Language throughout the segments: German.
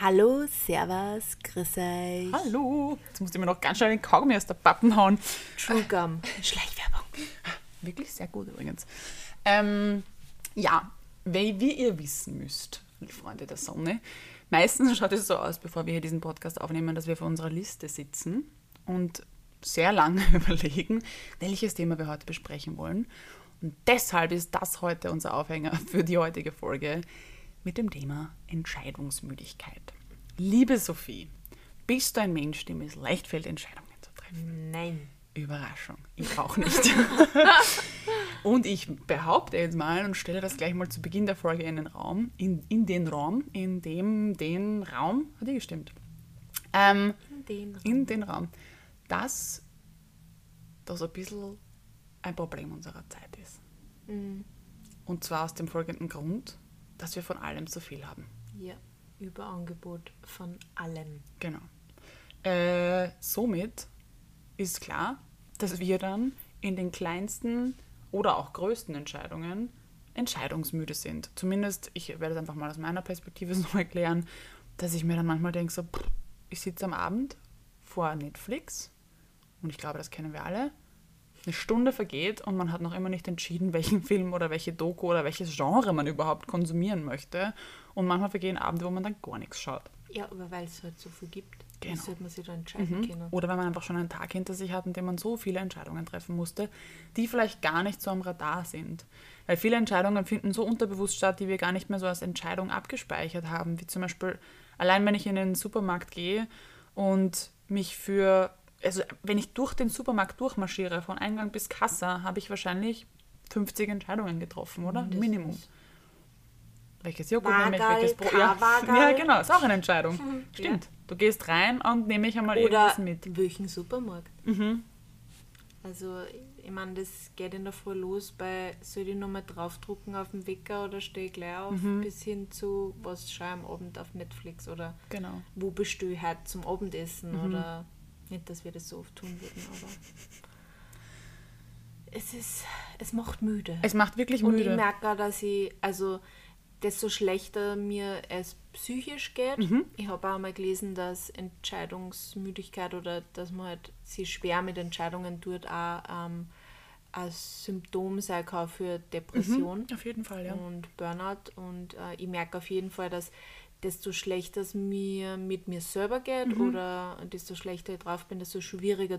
Hallo, servus, grüß euch. Hallo! Jetzt musst du mir noch ganz schnell den Kaugummi aus der Pappen hauen. True Gum, Schleichwerbung. Wirklich sehr gut übrigens. Ja, wie ihr wissen müsst, Freunde der Sonne, meistens schaut es so aus, bevor wir hier diesen Podcast aufnehmen, dass wir vor unserer Liste sitzen und sehr lange überlegen, welches Thema wir heute besprechen wollen. Und deshalb ist das heute unser Aufhänger für die heutige Folge mit dem Thema Entscheidungsmüdigkeit. Liebe Sophie, bist du ein Mensch, dem es leicht fällt, Entscheidungen zu treffen? Nein. Überraschung, ich auch nicht. Und ich behaupte jetzt mal und stelle das gleich mal zu Beginn der Folge in den Raum, in den Raum, hat die gestimmt? In den Raum, dass das ein bisschen ein Problem unserer Zeit ist. Mhm. Und zwar aus dem folgenden Grund, dass wir von allem zu viel haben. Ja, Überangebot von allem. Genau. Somit ist klar, dass wir dann in den kleinsten oder auch größten Entscheidungen entscheidungsmüde sind. Zumindest, ich werde es einfach mal aus meiner Perspektive so erklären, dass ich mir dann manchmal denke, so, ich sitze am Abend vor Netflix und ich glaube, das kennen wir alle. Eine Stunde vergeht und man hat noch immer nicht entschieden, welchen Film oder welche Doku oder welches Genre man überhaupt konsumieren möchte. Und manchmal vergehen Abende, wo man dann gar nichts schaut. Ja, aber weil es halt so viel gibt, Genau. sollte man sich da entscheiden können. Oder wenn man einfach schon einen Tag hinter sich hat, in dem man so viele Entscheidungen treffen musste, die vielleicht gar nicht so am Radar sind. Weil viele Entscheidungen finden so unterbewusst statt, die wir gar nicht mehr so als Entscheidung abgespeichert haben. Wie zum Beispiel, allein wenn ich in den Supermarkt gehe und mich wenn ich durch den Supermarkt durchmarschiere, von Eingang bis Kasse, habe ich wahrscheinlich 50 Entscheidungen getroffen, oder? Minimum. Welches Joghurt nehme ich, welches Brot? Ja, genau, ist auch eine Entscheidung. Stimmt. Ja. Du gehst rein und nehme ich einmal irgendwas mit. Oder welchen Supermarkt. Also, ich meine, das geht in der Früh los bei, soll ich nochmal draufdrucken auf den Wecker oder stehe ich gleich auf, bis hin zu, was schaue ich am Abend auf Netflix oder wo bestelle ich heute zum Abendessen oder nicht, dass wir das so oft tun würden, aber es macht müde. Es macht wirklich müde. Und ich merke auch, dass desto schlechter mir es psychisch geht. Ich habe auch mal gelesen, dass Entscheidungsmüdigkeit oder dass man halt sich schwer mit Entscheidungen tut, auch ein Symptom sein kann für Depression. Auf jeden Fall, ja. Und Burnout. Und ich merke auf jeden Fall, dass desto schlechter es mir mit mir selber geht oder desto schlechter ich drauf bin, desto schwieriger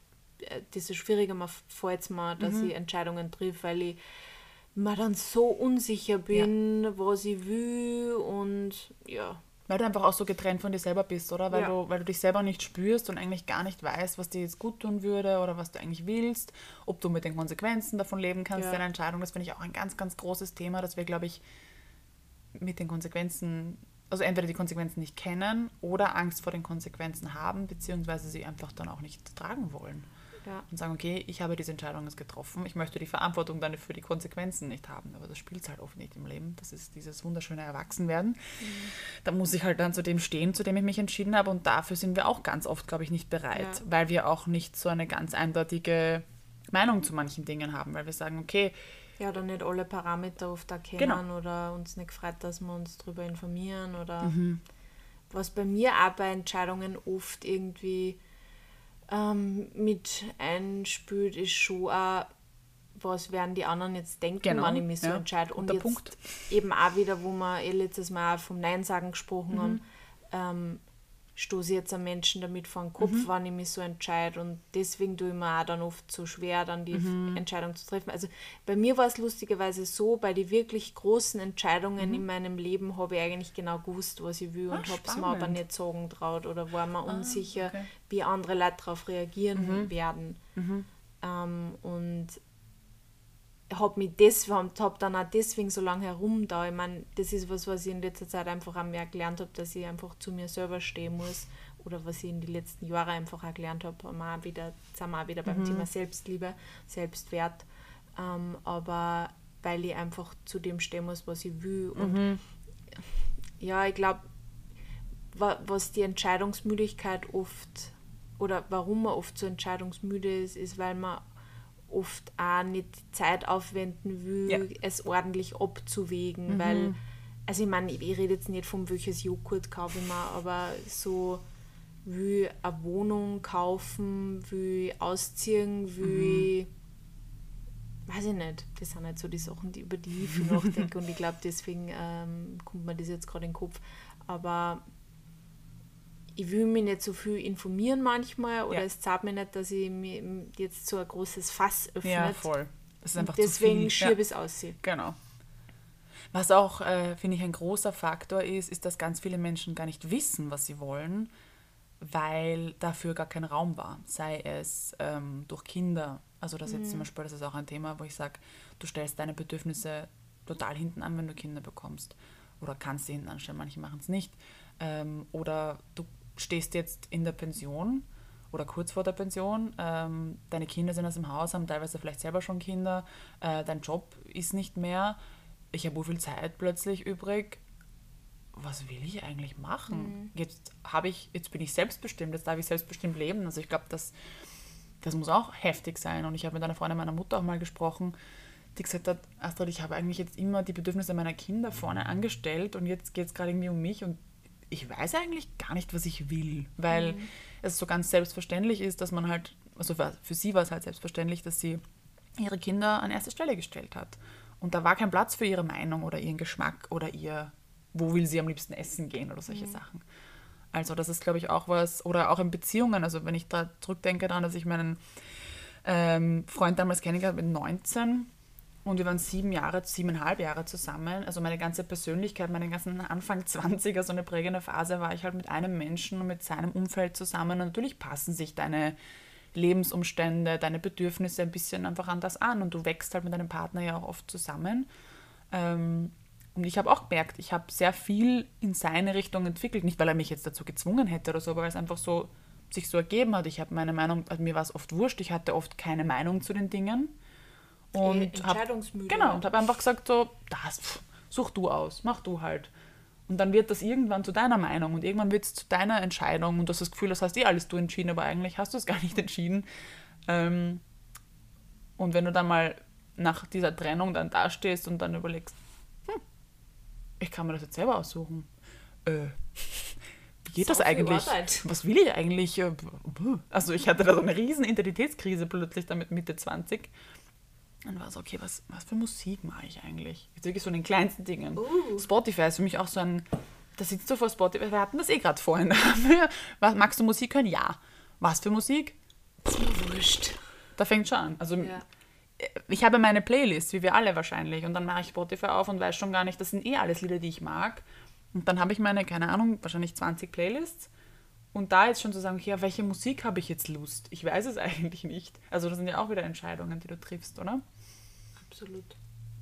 fällt es mir, dass ich Entscheidungen triff, weil ich mir dann so unsicher bin, was ich will und ja. Weil du einfach auch so getrennt von dir selber bist, oder? Weil du dich selber nicht spürst und eigentlich gar nicht weißt, was dir jetzt gut tun würde oder was du eigentlich willst, ob du mit den Konsequenzen davon leben kannst, deiner Entscheidung. Das finde ich auch ein ganz, ganz großes Thema, dass wir, glaube ich, mit den Konsequenzen, also entweder die Konsequenzen nicht kennen oder Angst vor den Konsequenzen haben, beziehungsweise sie einfach dann auch nicht tragen wollen. Ja. Und sagen, okay, ich habe diese Entscheidung jetzt getroffen, ich möchte die Verantwortung dann für die Konsequenzen nicht haben. Aber das spielt es halt oft nicht im Leben. Das ist dieses wunderschöne Erwachsenwerden. Da muss ich halt dann zu dem stehen, zu dem ich mich entschieden habe. Und dafür sind wir auch ganz oft, glaube ich, nicht bereit, weil wir auch nicht so eine ganz eindeutige Meinung zu manchen Dingen haben. Weil wir sagen, okay, ja, oder nicht alle Parameter oft erkennen oder uns nicht gefreut, dass wir uns darüber informieren. Oder was bei mir auch bei Entscheidungen oft irgendwie mit einspült, ist schon auch, was werden die anderen jetzt denken, wenn ich mich so entscheide. Und jetzt Punkt. Eben auch wieder, wo wir letztes Mal auch vom Nein-Sagen gesprochen haben, stoße ich jetzt einen Menschen damit vor den Kopf, wenn ich mich so entscheide. Und deswegen tue ich mir auch dann oft so schwer, dann die Entscheidung zu treffen. Also bei mir war es lustigerweise so, bei den wirklich großen Entscheidungen in meinem Leben habe ich eigentlich genau gewusst, was ich will und habe es mir aber nicht sagen traut oder war mir unsicher, wie andere Leute darauf reagieren werden. Und habe dann auch deswegen so lange herumda. Ich meine, das ist was ich in letzter Zeit einfach auch mehr gelernt habe, dass ich einfach zu mir selber stehen muss oder was ich in den letzten Jahren einfach auch gelernt habe. Sind wir auch wieder beim Thema Selbstliebe, Selbstwert. Aber weil ich einfach zu dem stehen muss, was ich will. Und ja, ich glaube, was die Entscheidungsmüdigkeit oft oder warum man oft so entscheidungsmüde ist, weil man oft auch nicht die Zeit aufwenden will, es ordentlich abzuwägen, weil also ich meine, ich rede jetzt nicht von welches Joghurt kaufe ich mir, aber so will eine Wohnung kaufen, will ausziehen, will, weiß ich nicht, das sind halt so die Sachen, über die ich viel nachdenke und ich glaube, deswegen kommt mir das jetzt gerade in den Kopf, aber ich will mich nicht so viel informieren manchmal oder es zeigt mir nicht, dass ich mir jetzt so ein großes Fass öffne. Ja, voll. Das ist einfach deswegen schiebe ich es aussehen. Genau. Was auch, finde ich, ein großer Faktor ist, dass ganz viele Menschen gar nicht wissen, was sie wollen, weil dafür gar kein Raum war. Sei es durch Kinder. Also das jetzt zum Beispiel, das ist auch ein Thema, wo ich sage, du stellst deine Bedürfnisse total hinten an, wenn du Kinder bekommst. Oder kannst sie hinten anstellen, manche machen es nicht. Oder du stehst jetzt in der Pension oder kurz vor der Pension, deine Kinder sind aus dem Haus, haben teilweise vielleicht selber schon Kinder, dein Job ist nicht mehr, ich habe so viel Zeit plötzlich übrig, was will ich eigentlich machen? Jetzt bin ich selbstbestimmt, jetzt darf ich selbstbestimmt leben. Also ich glaube, das muss auch heftig sein. Und ich habe mit einer Freundin meiner Mutter auch mal gesprochen, die gesagt hat, Astrid, ich habe eigentlich jetzt immer die Bedürfnisse meiner Kinder vorne angestellt und jetzt geht es gerade irgendwie um mich und ich weiß eigentlich gar nicht, was ich will, weil es so ganz selbstverständlich ist, dass man halt, also für sie war es halt selbstverständlich, dass sie ihre Kinder an erste Stelle gestellt hat. Und da war kein Platz für ihre Meinung oder ihren Geschmack oder wo will sie am liebsten essen gehen oder solche Sachen. Also das ist, glaube ich, auch was, oder auch in Beziehungen, also wenn ich da zurückdenke daran, dass ich meinen Freund damals kennengelernt habe mit 19 und wir waren 7,5 Jahre zusammen. Also meine ganze Persönlichkeit, meine ganzen Anfang 20er, so eine prägende Phase, war ich halt mit einem Menschen und mit seinem Umfeld zusammen. Und natürlich passen sich deine Lebensumstände, deine Bedürfnisse ein bisschen einfach anders an. Und du wächst halt mit deinem Partner ja auch oft zusammen. Und ich habe auch gemerkt, ich habe sehr viel in seine Richtung entwickelt. Nicht, weil er mich jetzt dazu gezwungen hätte oder so, aber weil es einfach so sich so ergeben hat. Ich habe meine Meinung, also mir war es oft wurscht, ich hatte oft keine Meinung zu den Dingen. Und entscheidungsmüde. Und habe einfach gesagt, so, such du aus, mach du halt. Und dann wird das irgendwann zu deiner Meinung und irgendwann wird es zu deiner Entscheidung und du hast das Gefühl, das hast alles du entschieden, aber eigentlich hast du es gar nicht entschieden. Und wenn du dann mal nach dieser Trennung dann dastehst und dann überlegst, ich kann mir das jetzt selber aussuchen. Wie geht das eigentlich? Was will ich eigentlich? Also ich hatte da so eine riesen Identitätskrise plötzlich damit Mitte 20. Dann war es okay, was für Musik mache ich eigentlich? Jetzt wirklich so in den kleinsten Dingen. Spotify ist für mich auch so ein, da sitzt du vor Spotify, wir hatten das gerade vorhin. Magst du Musik hören? Ja. Was für Musik? Ist mir wurscht. Da fängt schon an. Also ich habe meine Playlist, wie wir alle wahrscheinlich, und dann mache ich Spotify auf und weiß schon gar nicht, das sind alles Lieder, die ich mag. Und dann habe ich meine, keine Ahnung, wahrscheinlich 20 Playlists. Und da jetzt schon zu sagen, okay, auf welche Musik habe ich jetzt Lust? Ich weiß es eigentlich nicht. Also das sind ja auch wieder Entscheidungen, die du triffst, oder? Absolut.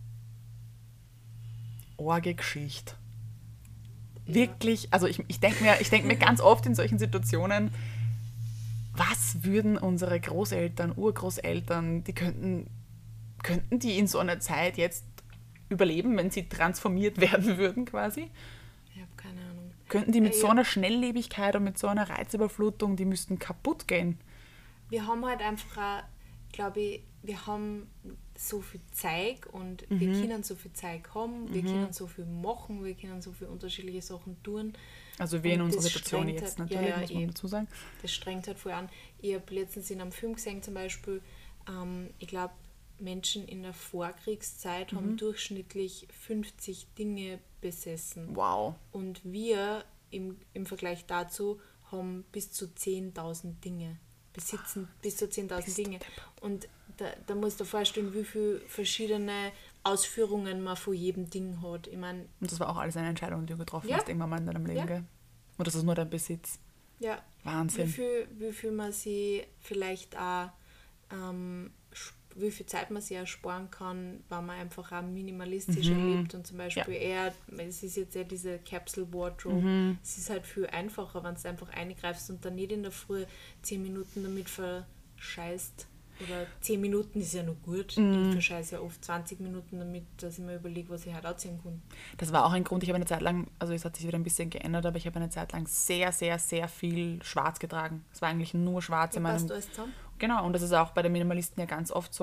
Orge-Geschichte. Ja. Wirklich, also ich denke mir ganz oft in solchen Situationen, was würden unsere Großeltern, Urgroßeltern, die könnten die in so einer Zeit jetzt überleben, wenn sie transformiert werden würden quasi? Ich habe keine Ahnung. Könnten die mit so einer Schnelllebigkeit und mit so einer Reizüberflutung, die müssten kaputt gehen? Wir haben halt einfach, glaube ich, wir haben so viel Zeit und wir können so viel Zeit haben, wir können so viel machen, wir können so viele unterschiedliche Sachen tun. Also wir in unserer Situation jetzt natürlich, muss man dazu sagen. Das strengt halt voll an. Ich habe letztens in einem Film gesehen zum Beispiel, ich glaube, Menschen in der Vorkriegszeit haben durchschnittlich 50 Dinge besessen. Wow. Und wir im Vergleich dazu haben bis zu 10.000 Dinge. Besitzen bis zu 10.000 Dinge. Und da musst du dir vorstellen, wie viele verschiedene Ausführungen man von jedem Ding hat. Ich mein, und das war auch alles eine Entscheidung, die du getroffen hast, irgendwann mal in deinem Leben, gell? Und das ist nur dein Besitz. Ja. Wahnsinn. Wie viel man sich vielleicht auch, wie viel Zeit man sich ersparen kann, wenn man einfach auch minimalistisch lebt und zum Beispiel es ist jetzt ja diese Capsule Wardrobe, es ist halt viel einfacher, wenn du einfach eingreifst und dann nicht in der Früh 10 Minuten damit verscheißt. Oder 10 Minuten ist ja noch gut. Ich verscheiße ja oft 20 Minuten damit, dass ich mir überlege, was ich halt anziehen kann. Das war auch ein Grund, ich habe eine Zeit lang, also es hat sich wieder ein bisschen geändert, aber ich habe eine Zeit lang sehr, sehr, sehr viel schwarz getragen. Es war eigentlich nur schwarz in meinem... Passt alles zusammen? Genau, und das ist auch bei den Minimalisten ja ganz oft so.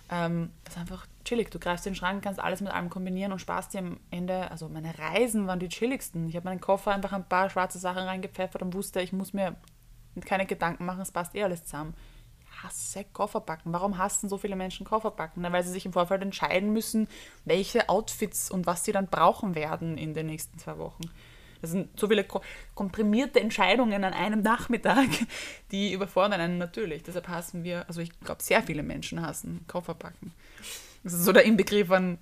Das ist einfach chillig. Du greifst in den Schrank, kannst alles mit allem kombinieren und sparst dir am Ende, also meine Reisen waren die chilligsten. Ich habe meinen Koffer einfach ein paar schwarze Sachen reingepfeffert und wusste, ich muss mir keine Gedanken machen, es passt alles zusammen. Ich hasse Kofferpacken. Warum hassen so viele Menschen Kofferpacken? Na, weil sie sich im Vorfeld entscheiden müssen, welche Outfits und was sie dann brauchen werden in den nächsten 2 Wochen. Das sind so viele komprimierte Entscheidungen an einem Nachmittag, die überfordern einen natürlich. Deshalb hassen wir, also ich glaube, sehr viele Menschen hassen Kofferpacken. Das ist so der Inbegriff an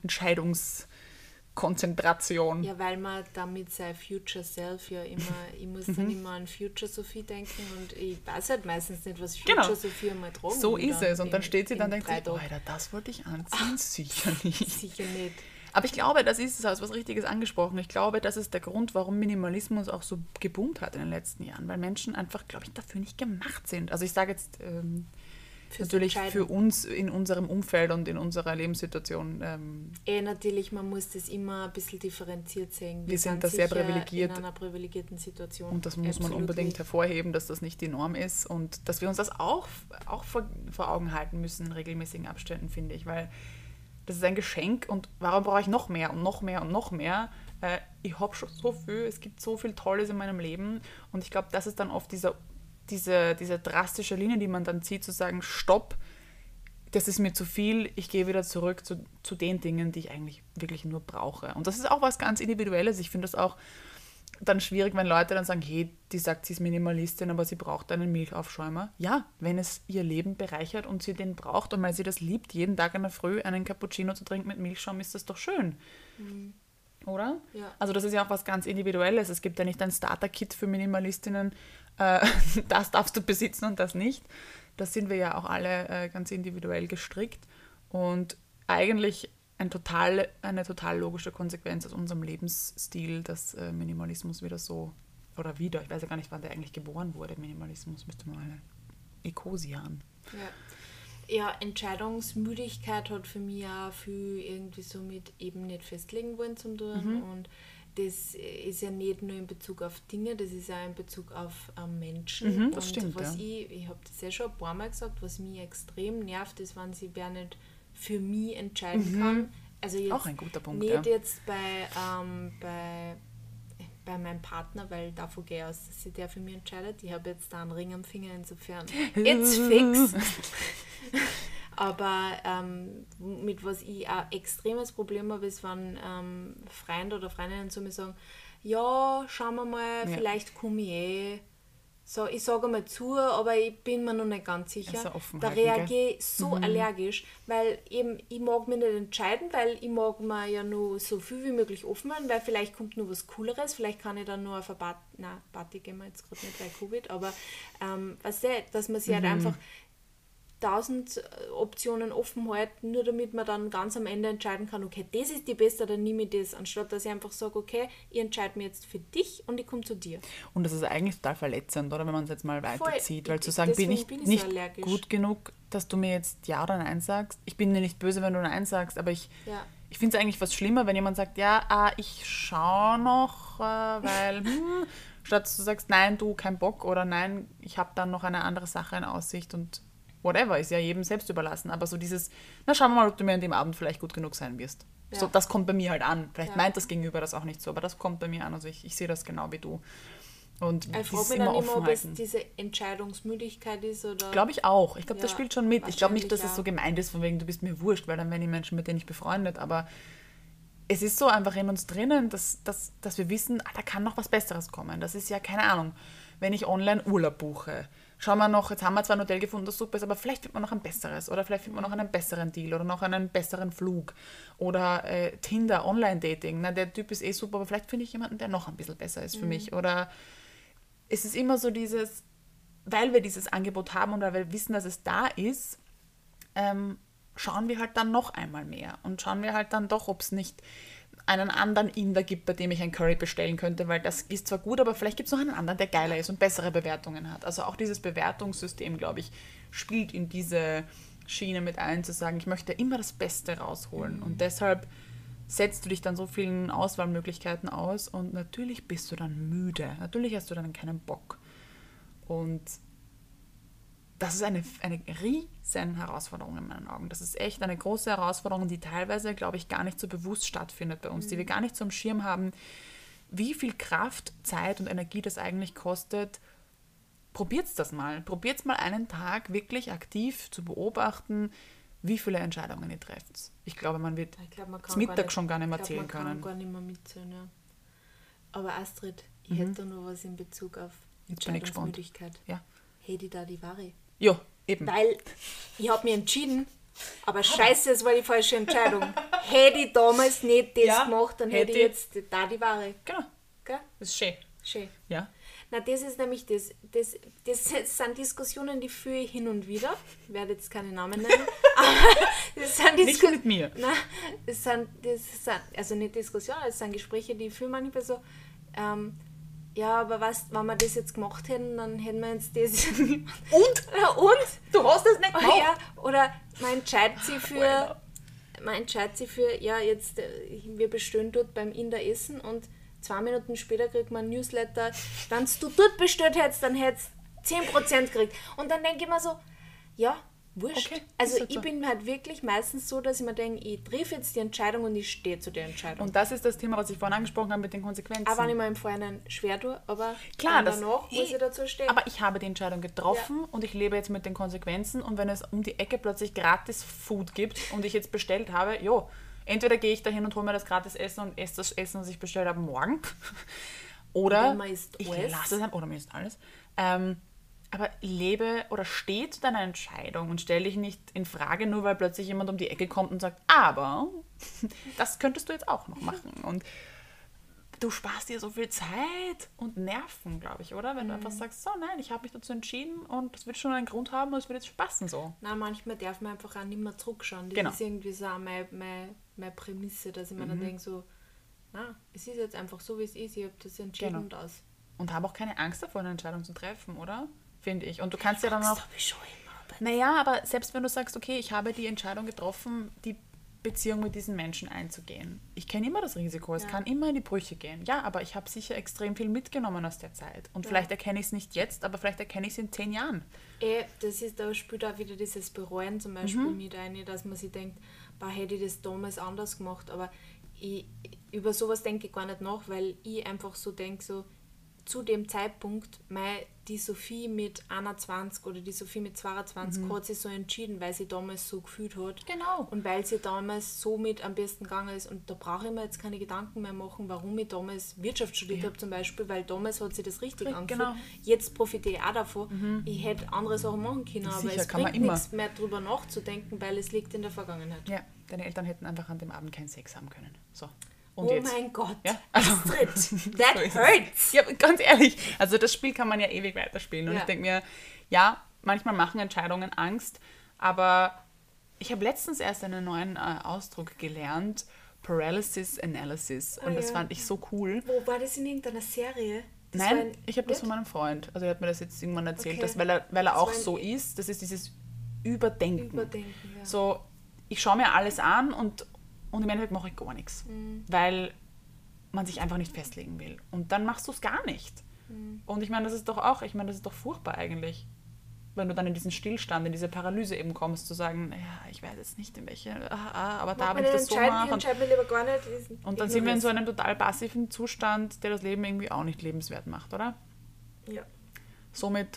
Entscheidungskonzentration. Ja, weil man damit sein Future Self ja immer, ich muss dann immer an Future Sophie denken und ich weiß halt meistens nicht, was Future Sophie einmal tragen so ist es. Und dann steht sie dann und denkt sich, Alter, das wollte ich anziehen. Sicher nicht. Sicher nicht. Aber ich glaube, das ist, du hast was Richtiges angesprochen, ich glaube, das ist der Grund, warum Minimalismus auch so geboomt hat in den letzten Jahren, weil Menschen einfach, glaube ich, dafür nicht gemacht sind. Also ich sage jetzt natürlich für uns in unserem Umfeld und in unserer Lebenssituation. Natürlich, man muss das immer ein bisschen differenziert sehen. Wir sind da sehr privilegiert. In einer privilegierten Situation. Und das muss man unbedingt hervorheben, dass das nicht die Norm ist und dass wir uns das auch vor Augen halten müssen in regelmäßigen Abständen, finde ich, weil das ist ein Geschenk und warum brauche ich noch mehr und noch mehr und noch mehr? Ich habe schon so viel, es gibt so viel Tolles in meinem Leben und ich glaube, das ist dann oft diese drastische Linie, die man dann zieht, zu sagen, stopp, das ist mir zu viel, ich gehe wieder zurück zu den Dingen, die ich eigentlich wirklich nur brauche. Und das ist auch was ganz Individuelles. Ich finde das auch dann schwierig, wenn Leute dann sagen, hey, die sagt, sie ist Minimalistin, aber sie braucht einen Milchaufschäumer. Ja, wenn es ihr Leben bereichert und sie den braucht und weil sie das liebt, jeden Tag in der Früh einen Cappuccino zu trinken mit Milchschaum, ist das doch schön. Mhm. Oder? Ja. Also das ist ja auch was ganz Individuelles. Es gibt ja nicht ein Starter-Kit für Minimalistinnen, das darfst du besitzen und das nicht. Das sind wir ja auch alle ganz individuell gestrickt und eigentlich eine total logische Konsequenz aus unserem Lebensstil, dass Minimalismus wieder so, ich weiß ja gar nicht, wann der eigentlich geboren wurde, Minimalismus, müsste man mal Ecosian. Ja, Entscheidungsmüdigkeit hat für mich auch viel irgendwie so mit eben nicht festlegen wollen zu tun und das ist ja nicht nur in Bezug auf Dinge, das ist auch in Bezug auf Menschen. Das und stimmt, was ich habe das ja schon ein paar Mal gesagt, was mich extrem nervt, ist, wenn sie wer nicht für mich entscheiden kann. Also jetzt auch ein guter Punkt, nicht jetzt bei meinem Partner, weil davon gehe ich aus, dass sie der für mich entscheidet. Ich habe jetzt da einen Ring am Finger, insofern it's fix. Aber mit was ich ein extremes Problem habe, ist, wenn Freunde oder Freundinnen zu mir sagen, ja, schauen wir mal, vielleicht komme ich so, ich sage mal zu, aber ich bin mir noch nicht ganz sicher. Also da reagiere ich so allergisch, weil eben ich mag mich nicht entscheiden, weil ich mag mir ja nur so viel wie möglich offen halten, weil vielleicht kommt noch was Cooleres, vielleicht kann ich dann nur auf eine Party gehen wir jetzt gerade nicht bei Covid, aber weißt du, dass man sich halt einfach 1000 Optionen offen halten, nur damit man dann ganz am Ende entscheiden kann, okay, das ist die beste, dann nehme ich das, anstatt dass ich einfach sage, okay, ich entscheide mich jetzt für dich und ich komme zu dir. Und das ist eigentlich total verletzend, oder, wenn man es jetzt mal weiterzieht, weil zu sagen, bin ich nicht so gut genug, dass du mir jetzt Ja oder Nein sagst. Ich bin dir nicht böse, wenn du Nein sagst, aber ich finde es eigentlich was schlimmer, wenn jemand sagt, ja, ich schaue noch, weil, statt du sagst, nein, du, kein Bock, oder nein, ich habe dann noch eine andere Sache in Aussicht und whatever, ist ja jedem selbst überlassen. Aber so dieses, na, schauen wir mal, ob du mir an dem Abend vielleicht gut genug sein wirst. Ja. So, das kommt bei mir halt an. Vielleicht meint das Gegenüber das auch nicht so, aber das kommt bei mir an. Also ich sehe das genau wie du. Und ich frage mich dann immer, ob es diese Entscheidungsmüdigkeit ist oder... Glaube ich auch. Ich glaube, das spielt schon mit. Ich glaube nicht, dass es so gemeint ist, von wegen, du bist mir wurscht, weil dann wären die Menschen mit denen nicht befreundet. Aber es ist so einfach in uns drinnen, dass wir wissen, da kann noch was Besseres kommen. Das ist ja, keine Ahnung, wenn ich online Urlaub buche, schauen wir noch, jetzt haben wir zwar ein Hotel gefunden, das super ist, aber vielleicht findet man noch ein besseres oder vielleicht findet man noch einen besseren Deal oder noch einen besseren Flug oder Tinder, Online-Dating, na, der Typ ist eh super, aber vielleicht finde ich jemanden, der noch ein bisschen besser ist für mich. Oder es ist immer so dieses, weil wir dieses Angebot haben und weil wir wissen, dass es da ist, schauen wir halt dann noch einmal mehr und schauen wir halt dann doch, ob es nicht einen anderen Inder gibt, bei dem ich ein Curry bestellen könnte, weil das ist zwar gut, aber vielleicht gibt es noch einen anderen, der geiler ist und bessere Bewertungen hat. Also auch dieses Bewertungssystem, glaube ich, spielt in diese Schiene mit ein, zu sagen, ich möchte immer das Beste rausholen. Und deshalb setzt du dich dann so vielen Auswahlmöglichkeiten aus und natürlich bist du dann müde. Natürlich hast du dann keinen Bock. Und das ist eine riesen Herausforderung in meinen Augen. Das ist echt eine große Herausforderung, die teilweise, glaube ich, gar nicht so bewusst stattfindet bei uns, die wir gar nicht so am Schirm haben, wie viel Kraft, Zeit und Energie das eigentlich kostet. Probiert's das mal. Probiert's mal einen Tag wirklich aktiv zu beobachten, wie viele Entscheidungen ihr trefft. Ich glaube, man wird das Mittag schon gar nicht mehr erzählen können. Man kann gar nicht mehr mitzählen, ja. Aber Astrid, ich hätte da noch was in Bezug auf Entscheidungsmüdigkeit. Ja. Hätte ich da die Ware? Ja, eben. Weil ich habe mich entschieden, aber scheiße, es war die falsche Entscheidung. Hätte ich damals nicht das gemacht, dann hätte ich jetzt da die Ware. Genau. Gell? Das ist schön. Schön. Ja. Na, das ist nämlich das sind Diskussionen, die führe ich hin und wieder. Ich werde jetzt keine Namen nennen. Aber das sind nicht mit mir. Nein, das sind, also nicht Diskussionen, es sind Gespräche, die ich fühle manchmal so, ja, aber was, wenn wir das jetzt gemacht hätten, dann hätten wir jetzt das... Und? Und? Du hast das nicht gemacht? Ja, oder man entscheidet sich für, ja, jetzt, wir bestellen dort beim Inder essen und 2 Minuten später kriegt man ein Newsletter, wenn du dort bestellt hättest, dann hättest du 10% gekriegt. Und dann denke ich mir so, ja, wurscht. Okay, also ich bin halt wirklich meistens so, dass ich mir denke, ich treffe jetzt die Entscheidung und ich stehe zu der Entscheidung. Und das ist das Thema, was ich vorhin angesprochen habe mit den Konsequenzen. Aber wenn ich mir im Vorhinein schwer tue, aber klar, danach muss ich dazu stehen. Aber ich habe die Entscheidung getroffen und ich lebe jetzt mit den Konsequenzen und wenn es um die Ecke plötzlich gratis Food gibt und ich jetzt bestellt habe, jo, entweder gehe ich dahin und hole mir das gratis Essen und esse das Essen, was ich bestellt habe, morgen. Oder ich lasse es oder mir ist alles. Aber lebe oder steh zu deiner Entscheidung und stell dich nicht in Frage, nur weil plötzlich jemand um die Ecke kommt und sagt, aber das könntest du jetzt auch noch machen. Und du sparst dir so viel Zeit und Nerven, glaube ich, oder? Wenn du einfach sagst, so nein, ich habe mich dazu entschieden und das wird schon einen Grund haben und es wird jetzt passen so. Nein, manchmal darf man einfach auch nicht mehr zurückschauen. Das ist irgendwie so auch meine Prämisse, dass ich mir dann denke so, na, es ist jetzt einfach so, wie es ist, ich habe das entschieden und aus. Und habe auch keine Angst davor, eine Entscheidung zu treffen, oder? Finde ich. Und du kannst ja dann auch... habe ich schon immer. Naja, aber selbst wenn du sagst, okay, ich habe die Entscheidung getroffen, die Beziehung mit diesen Menschen einzugehen. Ich kenne immer das Risiko, es kann immer in die Brüche gehen. Ja, aber ich habe sicher extrem viel mitgenommen aus der Zeit. Und vielleicht erkenne ich es nicht jetzt, aber vielleicht erkenne ich es in 10 Jahren. Da spielt auch wieder dieses Bereuen zum Beispiel mit ein, dass man sich denkt, hätte ich das damals anders gemacht. Aber über sowas denke ich gar nicht nach, weil ich einfach so denke, so zu dem Zeitpunkt, die Sophie mit 21 oder die Sophie mit 22 hat sich so entschieden, weil sie damals so gefühlt hat. Genau. Und weil sie damals so mit am besten gegangen ist. Und da brauche ich mir jetzt keine Gedanken mehr machen, warum ich damals Wirtschaft studiert habe zum Beispiel, weil damals hat sie das richtig angefühlt. Genau. Jetzt profitiere ich auch davon. Ich hätte andere Sachen machen können, aber es bringt nichts mehr drüber nachzudenken, weil es liegt in der Vergangenheit. Ja, deine Eltern hätten einfach an dem Abend keinen Sex haben können. So. Und jetzt? Mein Gott, Astrid, that hurts. Ja, ganz ehrlich, also das Spiel kann man ja ewig weiterspielen. Und ich denke mir, ja, manchmal machen Entscheidungen Angst, aber ich habe letztens erst einen neuen Ausdruck gelernt, Paralysis Analysis. Und das fand ich so cool. Wo war das in irgendeiner Serie? Nein, ich habe das von meinem Freund. Also er hat mir das jetzt irgendwann erzählt, dass, weil er auch so ist, das ist dieses Überdenken. So, ich schaue mir alles an und im Endeffekt mache ich gar nichts, weil man sich einfach nicht festlegen will. Und dann machst du es gar nicht. Und ich meine, das ist doch furchtbar eigentlich, wenn du dann in diesen Stillstand, in diese Paralyse eben kommst, zu sagen, ja, ich weiß jetzt nicht in welche, aber da will ich das so machen. Und dann sind wir in so einem total passiven Zustand, der das Leben irgendwie auch nicht lebenswert macht, oder? Ja. Somit,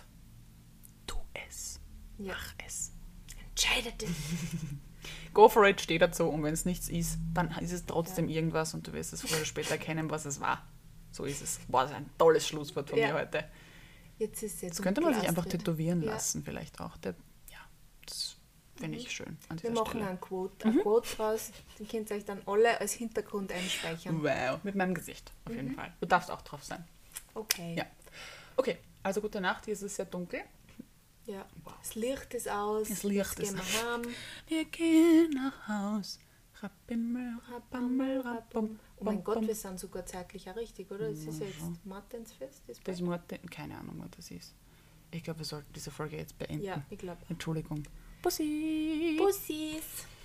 tu es. Ja. Mach es. Entscheide dich. Go for it, steh dazu und wenn es nichts ist, dann ist es trotzdem irgendwas und du wirst es früher oder später erkennen, was es war. So ist es. Boah, das ist ein tolles Schlusswort von mir heute. Jetzt ist es. Das könnte man sich einfach tätowieren lassen, vielleicht auch. Das finde ich schön. Wir machen ein Quote draus, den könnt ihr euch dann alle als Hintergrund einspeichern. Wow, mit meinem Gesicht auf jeden Fall. Du darfst auch drauf sein. Okay. Ja. Okay, also gute Nacht, hier ist es sehr dunkel. Ja, das Licht ist aus. Das Licht ist aus. Wir gehen nach Haus. Rappimmel, rappammel, rappum. Oh mein Gott, wir sind sogar zeitlich auch richtig, oder? Das ist jetzt Martinsfest. Das ist Martin, keine Ahnung, was das ist. Ich glaube, wir sollten diese Folge jetzt beenden. Ja, ich glaube. Entschuldigung. Bussi. Bussis.